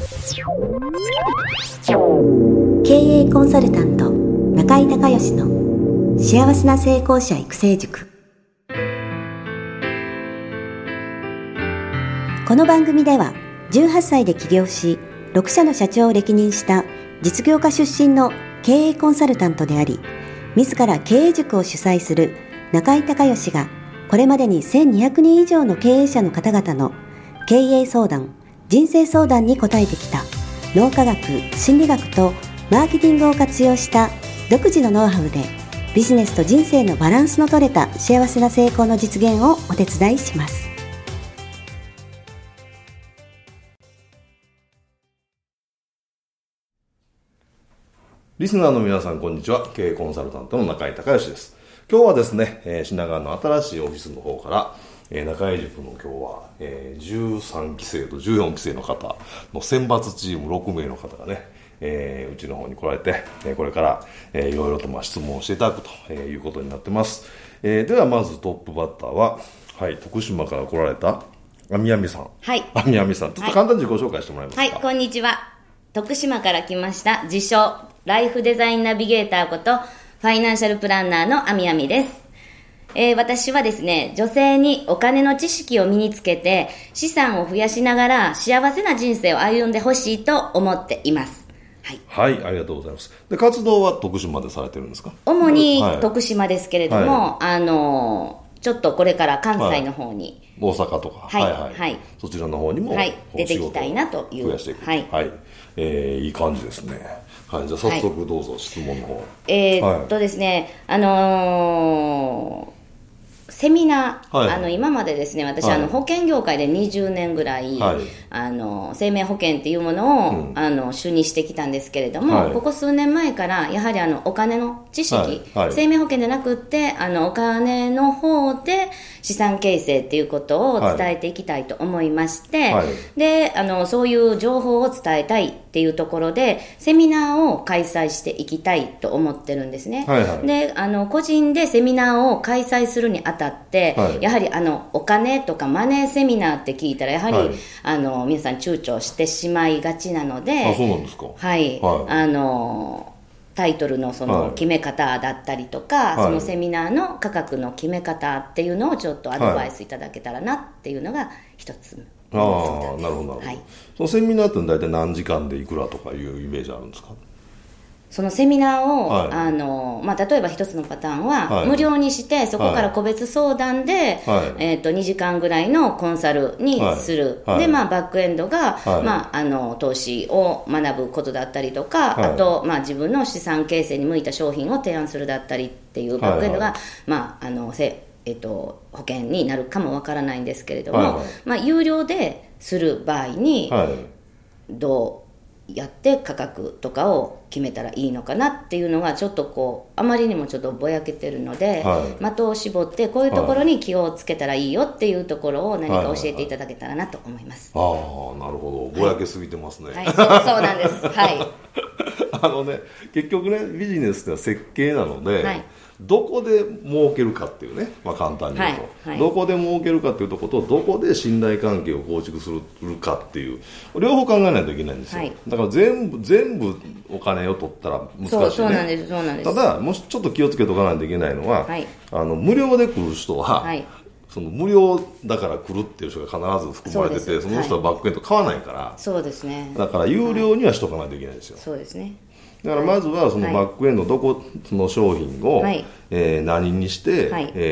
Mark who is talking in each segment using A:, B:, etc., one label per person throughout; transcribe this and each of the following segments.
A: 経営コンサルタント中井孝義の幸せな成功者育成塾。この番組では18歳で起業し6社の社長を歴任した実業家出身の経営コンサルタントであり、自ら経営塾を主催する中井孝義がこれまでに1200人以上の経営者の方々の経営相談、人生相談に応えてきた脳科学、心理学とマーケティングを活用した独自のノウハウでビジネスと人生のバランスの取れた幸せな成功の実現をお手伝いします。
B: リスナーの皆さん、こんにちは。経営コンサルタントの中井孝義です。今日はですね、品川の新しいオフィスの方から、中井塾の今日は、13期生と14期生の方の選抜チーム6名の方がね、うちの方に来られて、これから、いろいろと質問をしていただくということになってます。ではまずトップバッターは、はい、徳島から来られたあみやみさん。
C: はい。
B: あみやみさん、ちょっと簡単に自己紹介してもらえますか。
C: はい、こんにちは。徳島から来ました、自称ライフデザインナビゲーターことファイナンシャルプランナーのあみやみです。私はですね、女性にお金の知識を身につけて資産を増やしながら幸せな人生を歩んでほしいと思っています。
B: はい、ありがとうございます。で、活動は徳島でされてるんですか？
C: 主に徳島ですけれども、ちょっとこれから関西の方に、
B: 大阪とか、そちらの方にも、
C: 出てきたいなという、
B: 増やしていく。いい感じですね。はい、じゃあ早速どうぞ、質問の方。
C: ですね、セミナー、今までですね、私、保険業界で20年ぐらい、生命保険っていうものを、主にしてきたんですけれども、ここ数年前からやはりお金の知識、生命保険じゃなくってお金の方で資産形成っていうことを伝えていきたいと思いまして、でそういう情報を伝えたいっていうところでセミナーを開催していきたいと思ってるんですね。で個人でセミナーを開催するにあたって、やはりお金とかマネーセミナーって聞いたらやはり、皆さん躊躇してしまいがちなので、
B: そうなんですか。
C: タイトルのその決め方だったりとか、そのセミナーの価格の決め方っていうのをちょっとアドバイスいただけたらなっていうのが一つ。
B: なるほどなるほど。そのセミナーって大体何時間でいくらとかいうイメージあるんですか？
C: そのセミナーを、例えば一つのパターンは無料にして、そこから個別相談で、2時間ぐらいのコンサルにする。で、バックエンドが、投資を学ぶことだったりとか、あと、自分の資産形成に向いた商品を提案するだったりっていうバックエンドが、保険になるかもわからないんですけれども、有料でする場合に、どうやって価格とかを決めたらいいのかなっていうのがちょっとあまりにもちょっとぼやけてるので、的を絞ってこういうところに気をつけたらいいよっていうところを何か教えていただけたらなと思います。
B: なるほど。ぼやけすぎてますね。
C: そうなんです。
B: 結局ね、ビジネスってのは設計なので、どこで儲けるかっていうね、簡単に言うと、どこで儲けるかっていうところとどこで信頼関係を構築するかっていう両方考えないといけないんですよ。だから全部お金を取ったら難しいね。
C: そうなんです。
B: ただもしちょっと気をつけておかないといけないのは、無料で来る人は、その無料だから来るっていう人が必ず含まれてて、その人はバックエンド買わないから、
C: そうですね。
B: だから有料にはしとかないといけないんですよ。
C: そうですね。
B: だからまずはそのバックエンドその商品を何にして、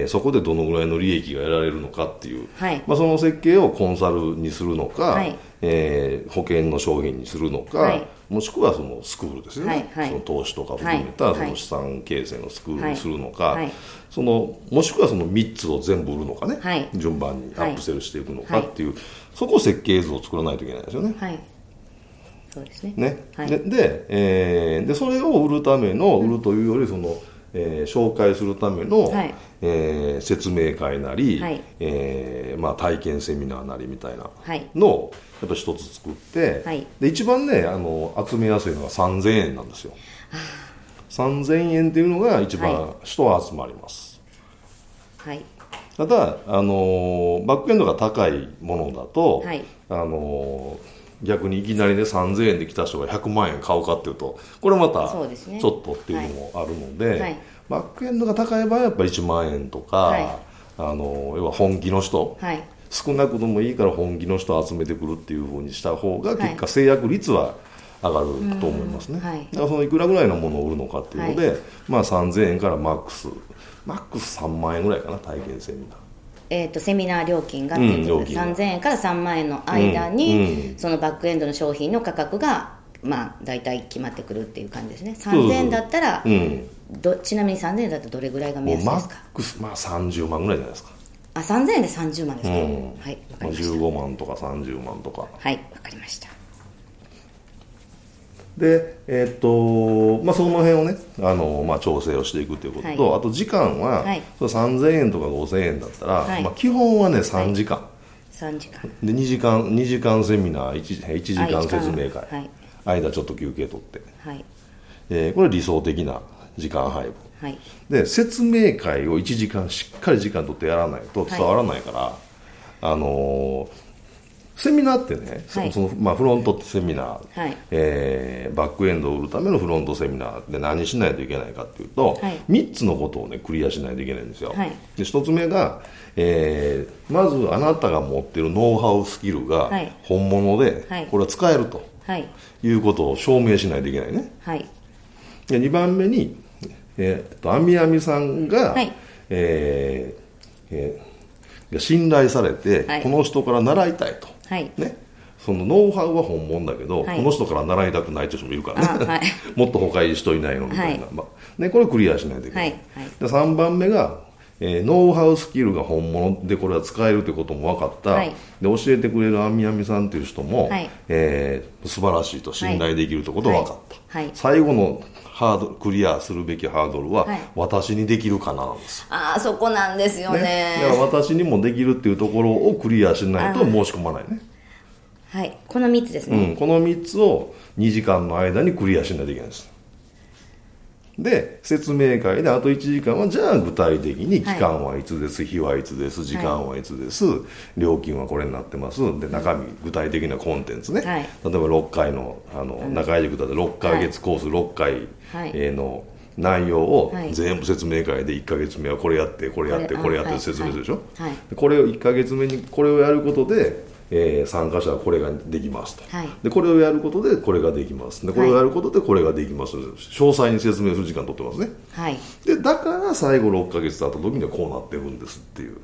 B: そこでどのぐらいの利益が得られるのかっていう、その設計をコンサルにするのか、保険の商品にするのか、もしくはそのスクールですよね、その投資とか含めたその資産形成のスクールにするのか、もしくはその3つを全部売るのかね、順番にアップセルしていくのかっていう、そこ設計図を作らないといけないですよね。
C: そうですね。
B: でそれを売るための、売るというよりその、紹介するための、説明会なり、体験セミナーなりみたいなのをやっぱ一つ作って、で一番ね集めやすいのが3000円なんですよ。3000円っていうのが一番人は集まります。ただバックエンドが高いものだと、 逆にいきなりね3000円で来た人が100万円買うかっていうとこれまたちょっとっていうのもあるので、バックエンドが高い場合はやっぱり1万円とか、要は本気の人、少なくともいいから本気の人を集めてくるっていう風にした方が結果制約率は上がると思いますね。だからそのいくらぐらいのものを売るのかっていうので、まあ3000円からマックス3万円ぐらいかな、体験セミナー。
C: セミナー料金がっていうことで、3000円から3万円の間に、そのバックエンドの商品の価格がまあ大体決まってくるっていう感じですね。3000円だったら、ちなみに3000円だったらどれぐらいが目安ですか？
B: マックス、まあ30万ぐらいじゃないですか。
C: 3000円で30万ですか？はい、わかりました。
B: 15万とか30万とか。
C: はい、わかりました。
B: で、まあ、その辺をね、まあ、調整をしていくということと、あと時間は、3000円とか5000円だったら、まあ、基本はね3時間、
C: 3時間
B: で2時間セミナー 1時間説明会、間ちょっと休憩取って、これ理想的な時間配分、で説明会を1時間しっかり時間取ってやらないと伝わらないから、セミナーってね、まあ、フロントセミナー、バックエンドを売るためのフロントセミナーで何しないといけないかっていうと、3つのことをねクリアしないといけないんですよ。で1つ目が、まずあなたが持っているノウハウスキルが本物で、これは使えると、いうことを証明しないといけないね。で2番目に、アミアミさんが、信頼されて、この人から習いたいと、そのノウハウは本物だけど、この人から習いたくないという人もいるからね、もっと他に人いないのみたいな、でこれをクリアしないといけない、で3番目が、ノウハウスキルが本物でこれは使えるということも分かった、で教えてくれるアミアミさんという人も、素晴らしいと信頼できるということが分かった、最後のクリアするべきハードルは、私にできるかななんですよ。
C: そこなんですよね。
B: だから私にもできるっていうところをクリアしないと申し込まないね。
C: この3つですね、
B: この3つを2時間の間にクリアしないといけないです。で説明会であと1時間はじゃあ具体的に期間はいつです、日はいつです、時間はいつです、料金はこれになってますで、中身具体的なコンテンツね、例えば6回の、中井塾だって6ヶ月コース6回の内容を全部説明会で1ヶ月目はこれやってこれやってこれやって説明するでしょ、これを1ヶ月目にこれをやることで参加者はこれができますと、でこれをやることでこれができますでこれをやることでこれができます詳細に説明する時間取ってますね、でだから最後6ヶ月経った時にはこうなってるんですっていう。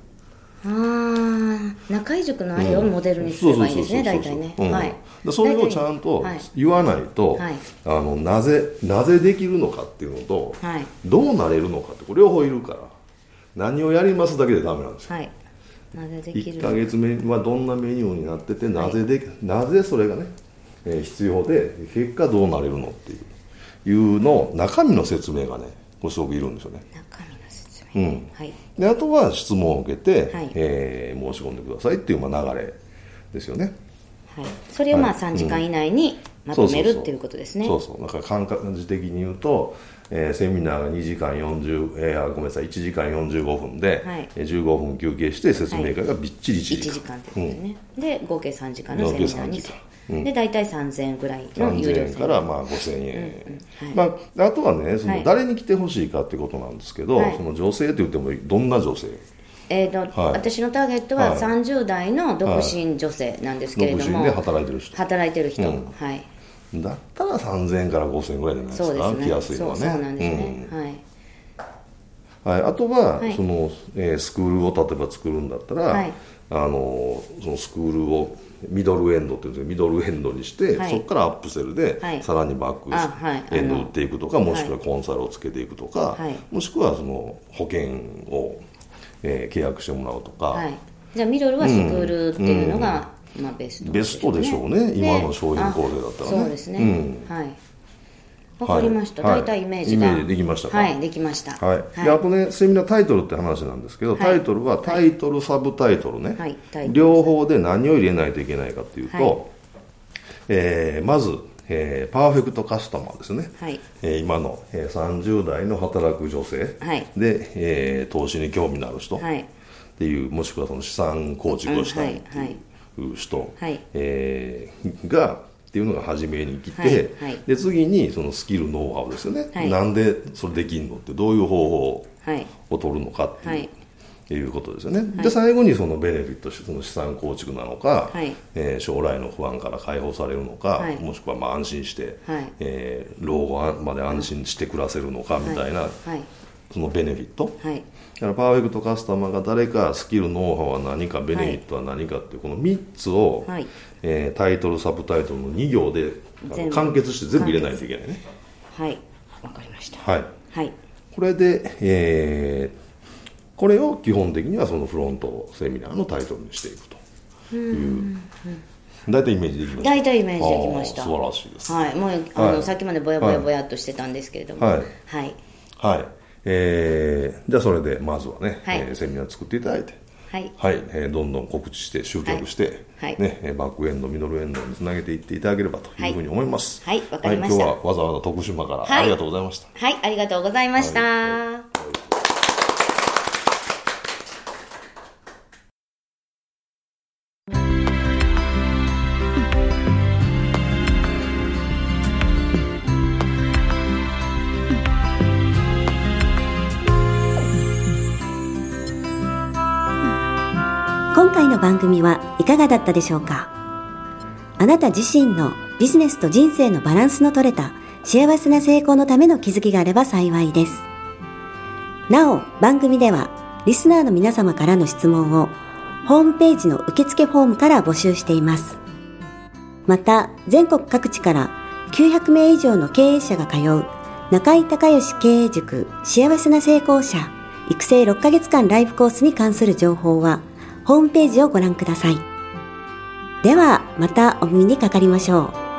C: 中井塾のあれをモデルにすればいいんですね、大体ね。
B: それをちゃんと言わないと、なぜできるのかっていうのと、どうなれるのかってこれ両方いるから何をやりますだけでダメなんですよ。1ヶ月目はどんなメニューになってて、なぜそれがね、必要で結果どうなれるのっていうの中身の説明がねこれすごくいるんですよね。
C: 中身の説明、
B: であとは質問を受けて、申し込んでくださいっていう流れですよね。
C: それを3時間以内にまとめるっていうことですね。
B: だから感覚的に言うと、セミナーが1時間45分で、15分休憩して説明会がびっちり1時間
C: ってことですね、で合計3時間のセミナーにで大体3000円ぐらいの有料
B: 3000円から5000円、あとはね誰に来てほしいかってことなんですけど、その女性って言ってもどんな女性？
C: 私のターゲットは30代の独身女性なんですけれども、
B: 独身で働いてる人、だったら3000円から5000円ぐらいじゃないですか、来やすいのはね。
C: そうなんですね、
B: あとは、そのスクールを例えば作るんだったら、そのスクールをミドルエンドっていうんですけど、ミドルエンドにして、そこからアップセルで、さらにバックエンド売っていくとか、もしくはコンサルをつけていくとか、もしくはその保険を、契約してもらうとか、
C: じゃあミドルはスクールっていうのが、ベス
B: トでしょうね、今の商品構成だったらね。
C: そうですね、わかりました、大体イメージが
B: できましたか？
C: できました。
B: であとね、セミナータイトルって話なんですけど、タイトルはタイトル、サブタイトルね、両方で何を入れないといけないかっていうと、まずパーフェクトカスタマーですね、今の30代の働く女性で、投資に興味のある人っていう、もしくはその資産構築をしたいっていう、 人、がっていうのが初めに来て、で次にそのスキルノウハウですよね、なんでそれできんのってどういう方法を取るのかっていうことですよね、で最後にそのベネフィット、その資産構築なのか、将来の不安から解放されるのか、もしくはまあ安心して、老後まで安心して暮らせるのかみたいな、そのベネフィット、だからパーフェクトカスタマーが誰か、スキルノウハウは何か、ベネフィットは何かっていうこの3つを、タイトルサブタイトルの2行で完結して全部入れないといけないね。
C: はい、わかりました。
B: これで、これを基本的にはそのフロントセミナーのタイトルにしていくという、大体イメージできました。
C: 大体イメージできました。
B: 素晴らしいです。
C: もうさっきまでぼやぼやぼやっとしてたんですけれども、じ
B: ゃあそれでまずはね、セミナー作っていただいて、どんどん告知して集客して、バックエンド、ミドルエンドにつなげていっていただければというふうに思います。
C: わかりました。
B: 今日はわざわざ徳島からありがとうございました。
C: ありがとうございました。
A: 今回の番組はいかがだったでしょうか。あなた自身のビジネスと人生のバランスの取れた幸せな成功のための気づきがあれば幸いです。なお、番組ではリスナーの皆様からの質問をホームページの受付フォームから募集しています。また、全国各地から900名以上の経営者が通う中井孝義経営塾幸せな成功者育成6ヶ月間ライブコースに関する情報はホームページをご覧ください。ではまたお耳にかかりましょう。